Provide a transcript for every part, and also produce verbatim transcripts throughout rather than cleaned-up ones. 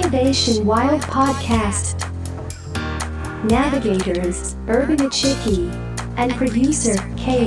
Innovation Wild Podcast. Navigators, Urban Ichiki, and producer K.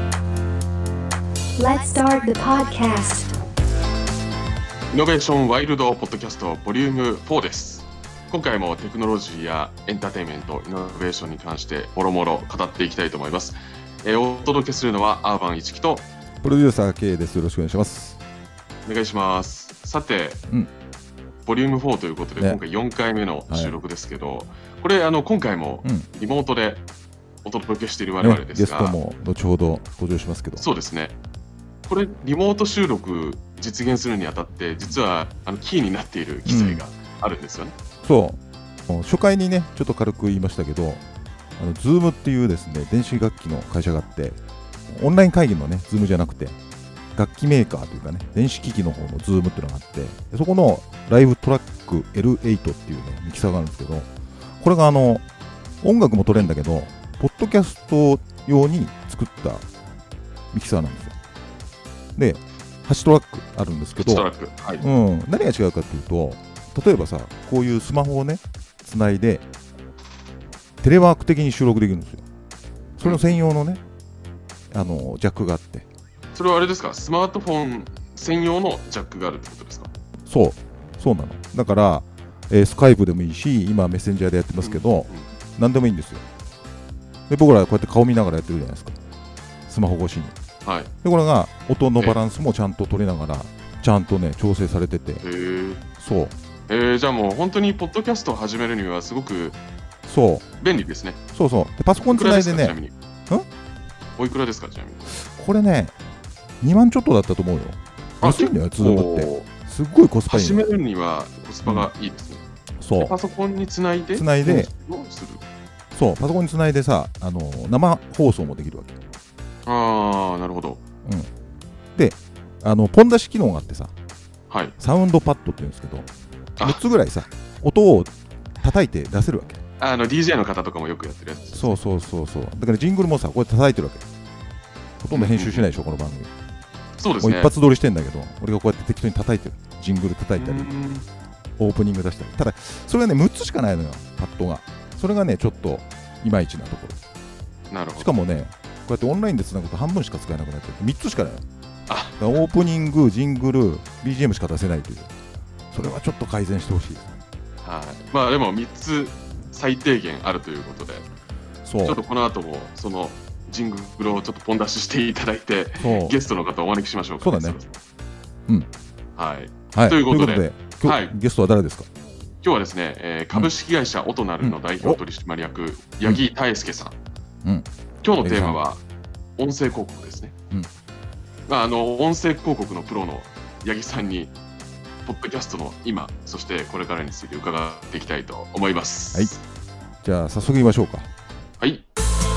Let's start the podcast. イノベーションワイルドポッドキャストボリュームフォーです。今回もテクノロジーやエンターテインメント、イノベーションに関してもろもろ語っていきたいと思います。えー、お届けするのはアーバン一木とプロデューサー K です。よろしくお願いします。 お願いします。さて、うん、ボリュームフォーということで、ね、今回よんかいめの収録ですけど、はい、これあの今回もリモートでお届けしている我々ですが、 ね、ゲストも後ほど登場しますけど、 そうですね。これリモート収録実現するにあたって実はあのキーになっている機材があるんですよね、 うん、そう初回にねちょっと軽く言いましたけど、あの Zoom っていうですね電子楽器の会社があって、オンライン会議のね Zoom じゃなくて楽器メーカーというかね電子機器の方の Zoom っていうのがあって、そこのライブトラック エルエイト っていうねミキサーがあるんですけど、これがあの音楽も撮れるんだけどポッドキャスト用に作ったミキサーなんですよ。ではちトラックあるんですけど、 はちトラック、はい、 うん、何が違うかっていうと、例えばさこういうスマホをねつないでテレワーク的に収録できるんですよ。それの専用のねあのジャックがあって、 それはあれですか、スマートフォン専用のジャックがあるってことですか？ そうそうなの。だから、えー、スカイプでもいいし、今メッセンジャーでやってますけど、うんうん、何でもいいんですよ。で僕らこうやって顔見ながらやってるじゃないですか、スマホ越しに、はい、でこれが音のバランスもちゃんと取りながらちゃんとね調整されてて、へー、 そう、 えー、じゃあもう本当にポッドキャストを始めるにはすごくそう便利ですね。 そうそうでパソコンつないでね、 ちなみにんおいくらですか？ちなみにこれねにまんちょっとだったと思うよ。安いんだよ、ズームってすっごいコスパいい。 始めるにはコスパがいいですね、うん、そうパソコンにつないでつないでどうする？ そうパソコンにつないでさ、あの生放送もできるわけ。 ああ、なるほど、 うん、であのポン出し機能があってさ、 はい、 サウンドパッドっていうんですけどむっつぐらいさ音を叩いて出せるわけ。 あの ディージェー の方とかもよくやってるやつです、ね、 そうそうそうそう。だからジングルもさこうやって叩いてるわけ。ほとんど編集しないでしょ、うん、この番組。 そうですね、 もう一発撮りしてんだけど、俺がこうやって適当に叩いてる、ジングル叩いたりオープニング出したり。ただそれがねむっつしかないのよ、パッドが。それがねちょっといまいちなところ。 なるほど。 しかもねこうやってオンラインでつなぐと半分しか使えなくなってみっつしかない。あだからオープニング、ジングル、ビージーエム しか出せないという。それはちょっと改善してほしいですね。 はい。まあでもみっつ最低限あるということで、そうちょっとこの後もそのジングルをちょっとポン出ししていただいて、ゲストの方をお招きしましょうか。 そうだね。うん。 はい。はい、ということで、 ということで今日、はい、ゲストは誰ですか？ 今日はですね、えー、株式会社オトナルの代表取締役、うん、八木大輔さん、うん。今日のテーマは音声広告ですね。うん、まあ、あの音声広告のプロの八木さんにポッドキャストの今そしてこれからについて伺っていきたいと思います。 はい。じゃあ早速言いましょうか。 はい。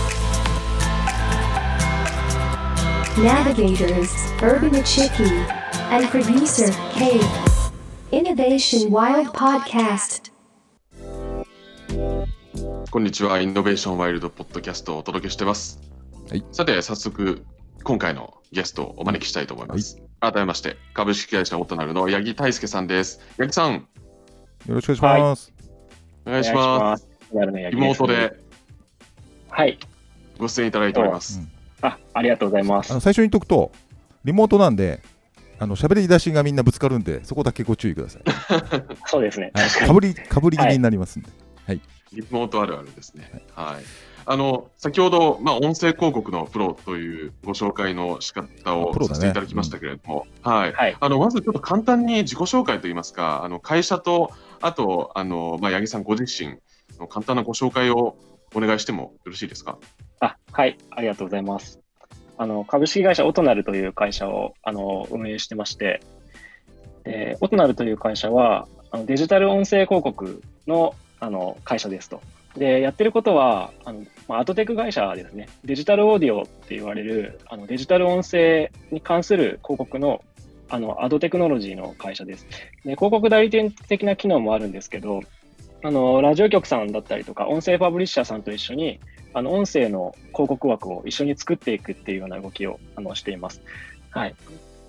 Navigators, Urban Ichiki, and producer K. Innovation Wild Podcast. こんにちは。イノベーションワイルドポッドキャストをお届けしてます。はい。さて早速今回のゲストをお招きしたいと思います。はい、改めまして株式会社オトナルの八木大輔さんです。八木さん、 よろしくお願いします。 はい、お願いします。リモートでご出演いただいております。 はい、あ, ありがとうございます。 あの最初に言っとくとリモートなんであの喋り出しがみんなぶつかるんで、そこだけご注意ください。 そうですね。 はい、かぶりかぶり気味になりますんで、はいはい、 リモートあるあるですね。はい、はい、あの先ほど、まあ、音声広告のプロというご紹介の仕方をさせていただきましたけれども、ね、うん、はいはい、あのまずちょっと簡単に自己紹介といいますか、あの会社とあとあの、まあ、八木さんご自身の簡単なご紹介をお願いしてもよろしいですか？ あ、はい、ありがとうございます。あの株式会社オトナルという会社をあの運営してまして、でオトナルという会社はあのデジタル音声広告 の, あの会社ですと。でやってることはあの、まあ、アドテク会社ですね。デジタルオーディオって言われるあのデジタル音声に関する広告のあのアドテクノロジーの会社です。で広告代理店的な機能もあるんですけど、あのラジオ局さんだったりとか音声パブリッシャーさんと一緒にあの音声の広告枠を一緒に作っていくっていうような動きをあのしています。はい。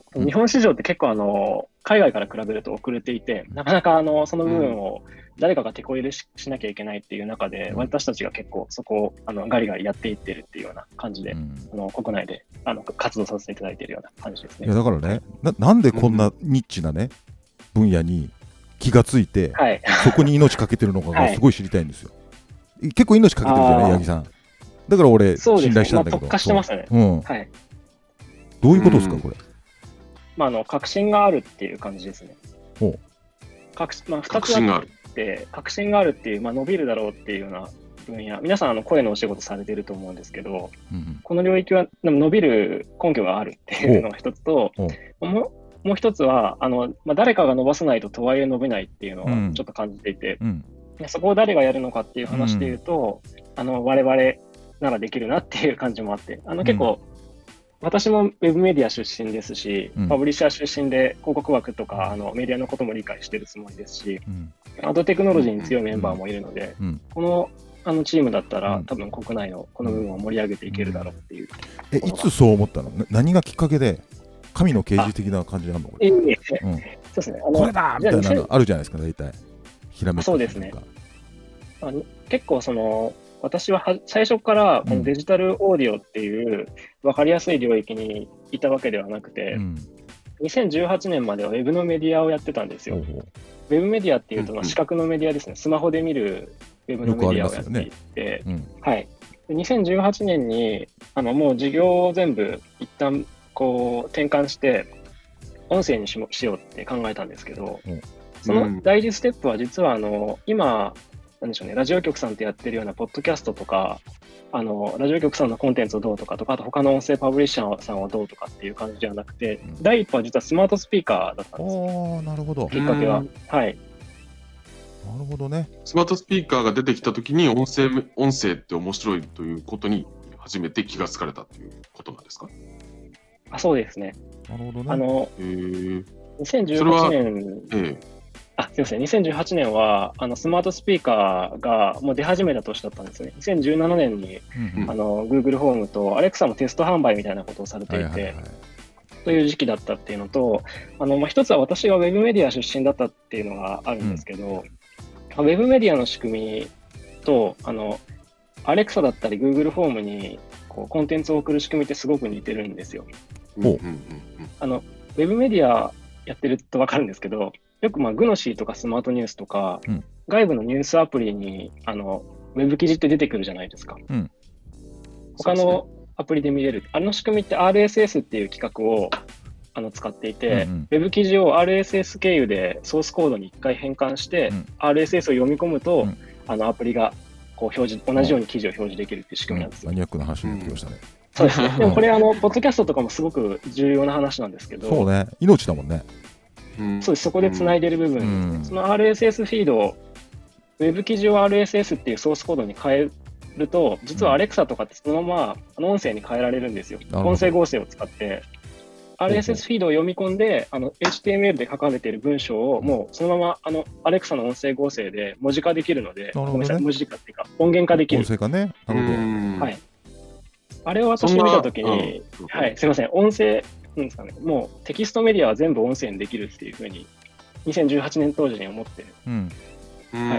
日本市場って結構あの海外から比べると遅れていて、なかなかあのその部分を誰かが手こ入れ し, しなきゃいけないっていう中で、うん、私たちが結構そこをあのガリガリやっていってるっていうような感じで、うん、あの国内であの活動させていただいているような感じですね。 いやだからね な, なんでこんなニッチなね、うん、分野に気がついて、はい、そこに命かけてるのかがすごい知りたいんですよ、はい、結構命かけてるじゃない八木さん。だから俺信頼したんだけど、 まあ、特化してますよね、 うんはい、どういうことですか、うん、これ。 まあ、あの確信があるっていう感じですね。 ほう確まあ、ふたつあって確信があるっていう、まあ、伸びるだろうっていうような分野、皆さんあの声のお仕事されてると思うんですけど、うんうん、この領域はでも伸びる根拠があるっていうのが一つと、もう、もう一つはあの、まあ、誰かが伸ばさないととはいえ伸びないっていうのはちょっと感じていて、うんうん、そこを誰がやるのかっていう話でいうと、うん、あの我々ならできるなっていう感じもあって、あの結構、うん私もウェブメディア出身ですし、うん、パブリッシャー出身で広告枠とかあのメディアのことも理解してるつもりですし、うん、アドテクノロジーに強いメンバーもいるので、うん、このあのチームだったら、多分国内のこの部分を盛り上げていけるだろうっていう、 うん、えいつそう思ったの？何がきっかけで神の啓示的な感じなの？ ええ、うん、そうですね。あのこれだみたいなのあるじゃないですか、大体ひらめきとか。 そうですね。あの結構その私は最初からこのデジタルオーディオっていう分かりやすい領域にいたわけではなくて、うん、にせんじゅうはちねんまではウェブのメディアをやってたんですよ。うん、ウェブメディアっていうと視覚のメディアですね、スマホで見るウェブのメディアをやっていて、ねうんはい、にせんじゅうはちねんにあのもう事業を全部一旦こう転換して音声に し, しようって考えたんですけど、うん、その第一ステップは実はあの今なんでしょうね、ラジオ局さんってやってるようなポッドキャストとか、あのラジオ局さんのコンテンツをどうとかとか、あと他の音声パブリッシャーさんはどうとかっていう感じではなくて、うん、第一歩は実はスマートスピーカーだったんですよ。 おー、なるほど。 きっかけは。はい。 なるほどね。 スマートスピーカーが出てきたときに音声、音声って面白いということに初めて気がつかれたということなんですか？ あ、そうですね。 なるほどね。 あの、 えー、 にせんじゅうはちねん、えーあすみません、にせんじゅうはちねんはあのスマートスピーカーがもう出始めた年だったんですね。にせんじゅうななねんに、うんうん、あの Google ホームと Alexa もテスト販売みたいなことをされていて、はいはいはい、という時期だったっていうのと、あの、まあ、一つは私が Web メディア出身だったっていうのがあるんですけど、うん、Web メディアの仕組みとあの Alexa だったり Google ホームにこうコンテンツを送る仕組みってすごく似てるんですよ。 うんうんうん、 あの Web メディアやってると分かるんですけど、よくまあグノシーとかスマートニュースとか、うん、外部のニュースアプリにあのウェブ記事って出てくるじゃないですか。うん、他のアプリで見れる。あの仕組みって アールエスエス っていう企画をあの使っていて、うんうん、ウェブ記事を アールエスエス 経由でソースコードに一回変換して、うん、アールエスエス を読み込むと、うん、あのアプリがこう表示同じように記事を表示できるっていう仕組みなんですよ。 マニアックな話になってきましたね。 そうですね。でもこれあのポッドキャストとかもすごく重要な話なんですけど。 そうね。命だもんね。 そうです。そこでつないでる部分、うん、その アールエスエス フィードをウェブ記事を アールエスエス っていうソースコードに変えると、実は Alexa とかってそのままあの音声に変えられるんですよ。音声合成を使ってアールエスエス フィードを読み込んで、あの エイチティーエムエル で書かれている文章をもうそのままあの Alexa の音声合成で文字化できるので、 なるほどね、 文字化っていうか音源化できる。 音声化ね。なるほど。 はい。あれを私見たときに、うん、はい、すみません、音声なんですかね、もうテキストメディアは全部音声にできるっていうふうににせんじゅうはちねん当時に思って、 うんはい、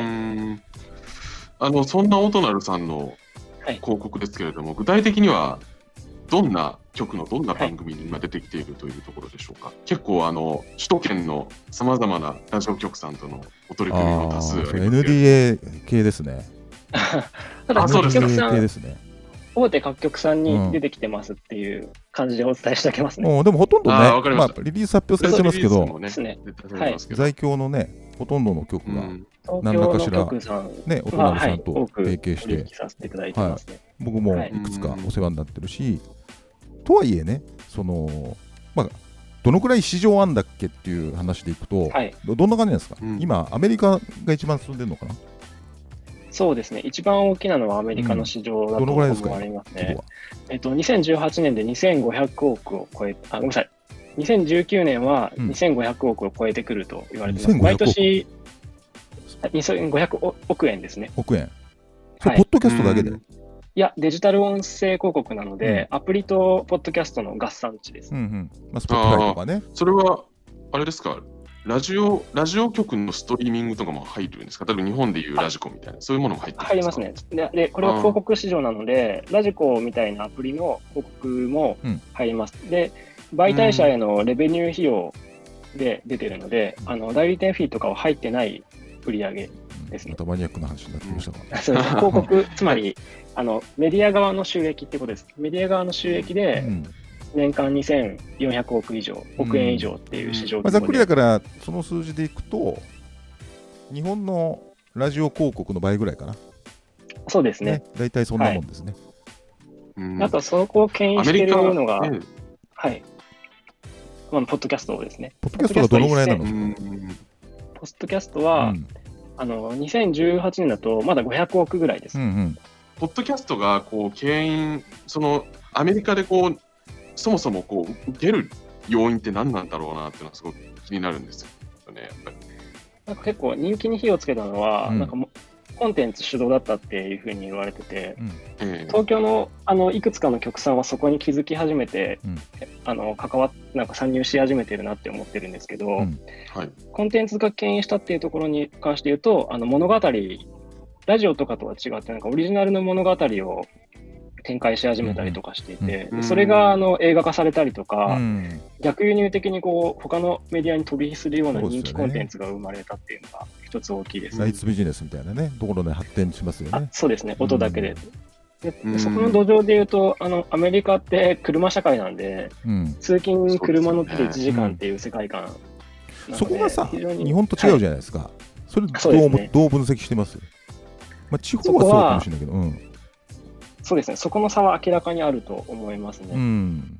あのそんなオトナルさんの広告ですけれども、はい、具体的にはどんな局のどんな番組に今出てきているというところでしょうか。はい、結構あの首都圏のさまざまなラジオ局さんとのお取り組みも多数ありますけど、 エヌディーエー 系ですね。 ただ各局さん、 系ですね。 大手各局さんに出てきてますっていう感じでお伝えしておきますね。 うん、でもほとんどね、 あままあ、リリース発表されてますけど、 ねはい、在京のね、ほとんどの局が何らかしら、ね、お隣さんと提携して、はい、僕もいくつかお世話になってるし、とはいえね、その、まあ、どのくらい市場あんだっけっていう話でいくと、はい、ど, どんな感じなんですか、うん、今、アメリカが一番進んでるのかな。 そうですね、一番大きなのはアメリカの市場だと思われますね。えっと、にせんじゅうはちねんでにせんごひゃくおくを超え、あ、ごめんなさい、にせんじゅうきゅうねんはにせんごひゃくおくを超えてくると言われています。うん、毎年にせんごひゃくおくえんですね。 億円。それ、はい、ポッドキャストだけで、うん、 いや、デジタル音声広告なので、うん、アプリとポッドキャストの合算値です。 うんうん。まあ、Spotify とかね。 それは、あれですか、ラジオ、ラジオ局のストリーミングとかも入るんですか？例えば日本でいうラジコみたいな、そういうものも入ってるん入りますね。で、でこれは広告市場なので、ラジコみたいなアプリの広告も入ります。うん、で、媒体者へのレベニュー費用で出てるので、うん、あの代理店フィーとかは入ってない売り上げですね。 またマニアックな話になってきましたか、 うん、そうです。広告、つまりあのメディア側の収益ってことです。メディア側の収益で、うん年間にせんよんひゃくおく以上、億円以上っていう市場、うんまあ、ざっくりだからその数字でいくと日本のラジオ広告の倍ぐらいかな。 そうですね。 だいたいそんなもんですね。 はい、うん、あとそこを牽引しているのが、うん、はい、まあ、ポッドキャストですね。 ポッドキャストがどのぐらいなの？ポッドキャストは、うん、あのにせんじゅうはちねんだとまだごひゃくおくぐらいです。うんうん、 ポッドキャストがこう牽引、そのアメリカでこうそもそもこう受ける要因って何なんだろうなっていうのはすごく気になるんですよね。やっぱりなんか結構人気に火をつけたのは、うん、なんかもコンテンツ主導だったっていうふうに言われてて、うん、東京のあのいくつかの局さんはそこに気づき始めて、うん、あの関わなんか参入し始めてるなって思ってるんですけど、うんはい、コンテンツが牽引したっていうところに関して言うと、あの物語、ラジオとかとは違ってなんかオリジナルの物語を展開し始めたりとかしていて、うん、それがあの映画化されたりとか、うん、逆輸入的にこう他のメディアに飛び火するような人気コンテンツが生まれたっていうのが一つ大きいです、ね。 ライツビジネスみたいなねところで発展しますよね。 そうですね、音だけで。ででそこの土壌でいうとあのアメリカって車社会なんで、うん、通勤に車乗っていちじかんっていう世界観なので、 うん、そこがさ日本と違うじゃないですか。はい、それどう、ね、どう分析してます？まあ、地方はそうかもしれないけど。 そうですね、そこの差は明らかにあると思いますね。 うん、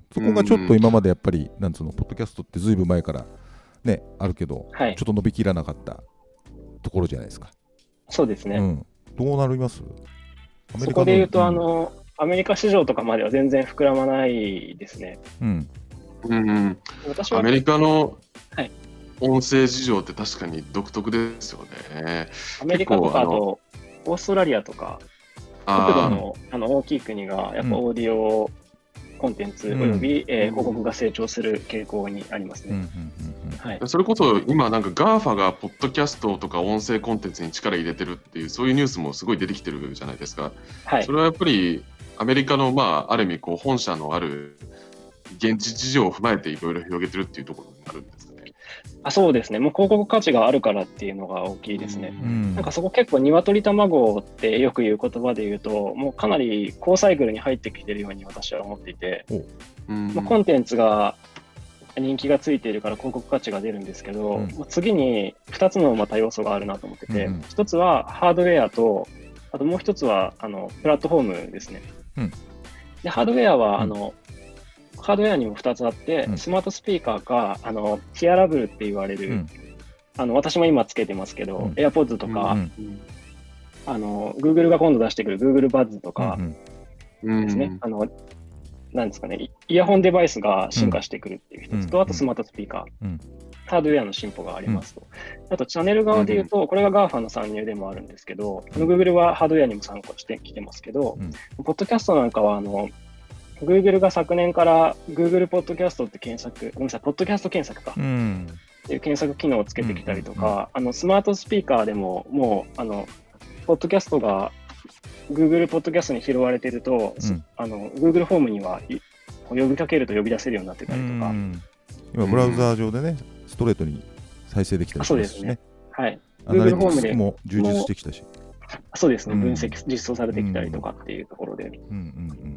そこがちょっと今までやっぱり、なんつうの、ポッドキャストってずいぶん前からね、あるけど、はい、ちょっと伸びきらなかったところじゃないですか。 そうですね。うん、 どうなります？ アメリカのそこで言うと、うん、あの、アメリカ市場とかまでは全然膨らまないですね。 うんうん、私はアメリカの音声事情って確かに独特ですよね。 アメリカとかあと、オーストラリアとか、国土の、あの大きい国がやっぱオーディオコンテンツおよび、うんえー、広告が成長する傾向にありますね。 それこそ今なんか ガーファ がポッドキャストとか音声コンテンツに力入れてるっていうそういうニュースもすごい出てきてるじゃないですか。はい、それはやっぱりアメリカのまあある意味こう本社のある現地事情を踏まえていろいろ広げてるっていうところになるんですかね。 あそうですね、もう広告価値があるからっていうのが大きいですね。うん、なんかそこ結構鶏卵ってよく言う言葉で言うともうかなり高サイクルに入ってきてるように私は思っていて、うんまあ、コンテンツが人気がついているから広告価値が出るんですけど、うんまあ、次にふたつのまた要素があるなと思ってて、うん、ひとつはハードウェアとあともうひとつはあのプラットフォームですね。うん、でハードウェアは、うん、あのハードウェアにもふたつあって、うん、スマートスピーカーかあのヒアラブルって言われる、うん、あの私も今つけてますけど、うん、AirPods とか、うんうん、あの Google が今度出してくる Google Buds とかですね、うんうん、あのなんですかね、イヤホンデバイスが進化してくるっていう一つと、うん、あとスマートスピーカー、うん、ハードウェアの進歩がありますと、うん、あとチャンネル側で言うと、これが ガーファ の参入でもあるんですけど、うん、Google はハードウェアにも参加してきてますけど、うん、ポッドキャストなんかはあのGoogle が昨年から Google ポッドキャストって検索、ごめんなさい、ポッドキャスト検索か、うん、っていう検索機能をつけてきたりとか、うんうんうん、あのスマートスピーカーでももうあのポッドキャストが Google ポッドキャストに拾われていると、うん、あの Google フォームには呼びかけると呼び出せるようになってたりとか、うん、 今ブラウザー上でね、うん、ストレートに再生できたりしますしね。そうですね。 はい。 アナリティクスも充実してきたし。 そうですね。分析、実装されてきたりとかっていうところで。うんうんうん。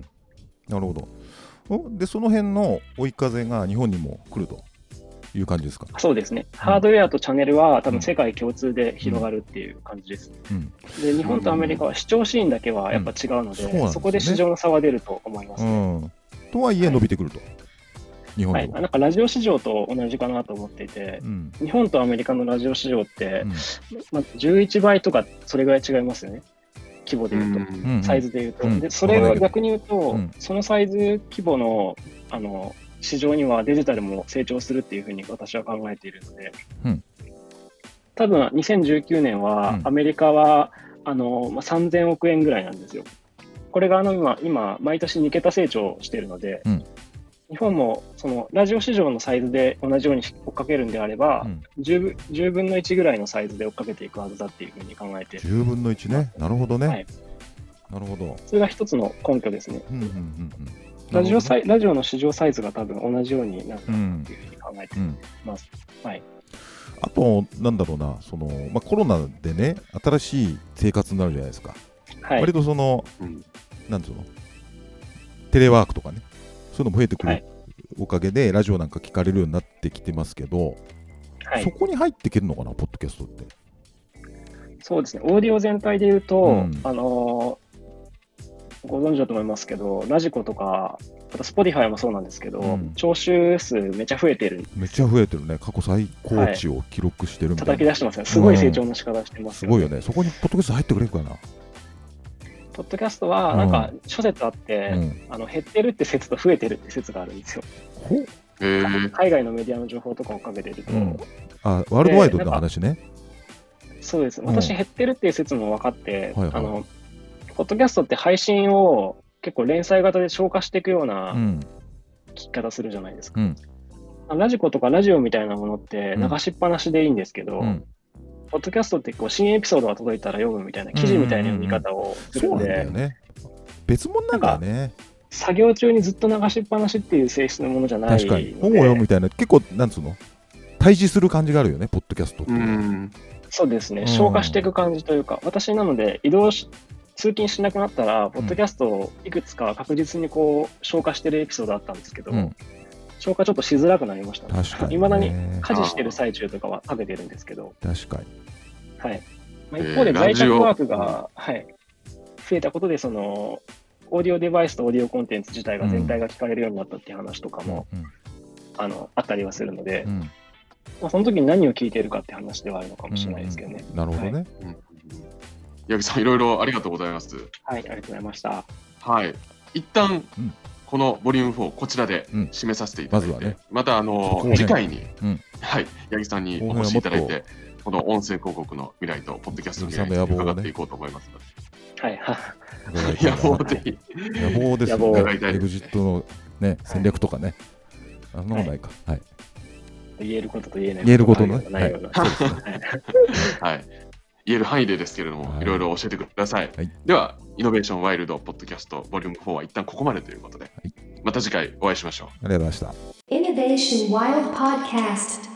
なるほど。で、その辺の追い風が日本にも来るという感じですか？ そうですね。ハードウェアとチャンネルは多分世界共通で広がるっていう感じです。うんうん、で、日本とアメリカは視聴シーンだけはやっぱ違うので、うん そ, うでね、そこで市場の差は出ると思いますね。うん、 とはいえ伸びてくると。はい、日本はい、なんかラジオ市場と同じかなと思っていて、うん、日本とアメリカのラジオ市場って、うんまあ、じゅういちばいとかそれぐらい違いますよね。規模でいうと、うん、サイズでいうと、うん、でそれを逆に言うと、うん、そのサイズ規模の、あの市場にはデジタルも成長するっていうふうに私は考えているので、うん、多分にせんじゅうきゅうねんはアメリカは、あのまあ、さんぜんおくえんぐらいなんですよ。 これがあの今、今毎年に桁成長しているので、うん、日本もそのラジオ市場のサイズで同じように追っかけるんであれば、うん、じゅう, じゅうぶんのいちぐらいのサイズで追っかけていくはずだっていうふうに考えてじゅうぶんのいちね。なるほどね、はい、なるほど。 それが一つの根拠ですね。うんうんうんうん、ラジオサイラジオの市場サイズが多分同じようになるというふうに考えてます、うんうん、はい。 あとなんだろうな、その、まあ、コロナでね新しい生活になるじゃないですか、はい、割とその、うん、なんつうのテレワークとかね、そういうのも増えてくるおかげで、はい、ラジオなんか聞かれるようになってきてますけど、はい、そこに入っていけるのかな、ポッドキャストって。 そうですね、オーディオ全体で言うと、うん、あのー、ご存知だと思いますけど、ラジコとか、あと Spotify もそうなんですけど、うん、聴取数めちゃ増えてる。 めっちゃ増えてるね。過去最高値を記録してるみたいな。 はい、叩き出してますね。すごい成長の仕方してますよね、 うん、すごいよね。そこにポッドキャスト入ってくれるかな。 ポッドキャストはなんか諸説あって、うん、あの減ってるって説と増えてるって説があるんですよ。ほ海外のメディアの情報とかをかけてると、うん、 あワールドワイドの話ね。 そうです。私減ってるっていう説も分かって、はいはい、あのポッドキャストって配信を結構連載型で消化していくような聞き方するじゃないですか。うん、ラジコとかラジオみたいなものって流しっぱなしでいいんですけど、うん、ポッドキャストってこう新エピソードが届いたら読むみたいな記事みたいな読み方をするので、うんうんうん、そうなんだよね。 別物なんだよね。 作業中にずっと流しっぱなしっていう性質のものじゃないので。 確かに本を読むみたいな結構なんつうの対峙する感じがあるよね、ポッドキャストって。うん、 そうですね、消化していく感じというか、私なので移動し通勤しなくなったら、ポッドキャストをいくつか確実にこう消化してるエピソードあったんですけど、うん、消化ちょっとしづらくなりましたね。 確かにね。 未だに家事してる最中とかは食べてるんですけど。 確かに。 はい。まあ、一方で在宅ワークが、はい、増えたことで、そのオーディオデバイスとオーディオコンテンツ自体が全体が聞かれるようになったっていう話とかも、うん、あのあったりはするので、うん、まあ、その時に何を聞いているかって話ではあるのかもしれないですけどね。 うん、なるほどね。はい、うん、 八木さん、いろいろありがとうございます。 はい、ありがとうございました。 はい、一旦、うん、このボリュームフォー、こちらで締めさせていただいて、うん、ま, ね、またあの次回に、うん、はい、八木さんにお越しいただいて、この音声広告の未来とポッドキャストの未来に伺っていこうと思いますので。 はい、 野望的。 野望ですね。エグジットの、ね、戦略とかね。あんなもないか。はい。 言えることと言えないこと。 言えることのないような。 はい。言える範囲でですけれども、いろいろ教えてください。では、イノベーションワイルドポッドキャストボリュームフォーは一旦ここまでということで、また次回お会いしましょう。 ありがとうございました。 Innovation Wild Podcast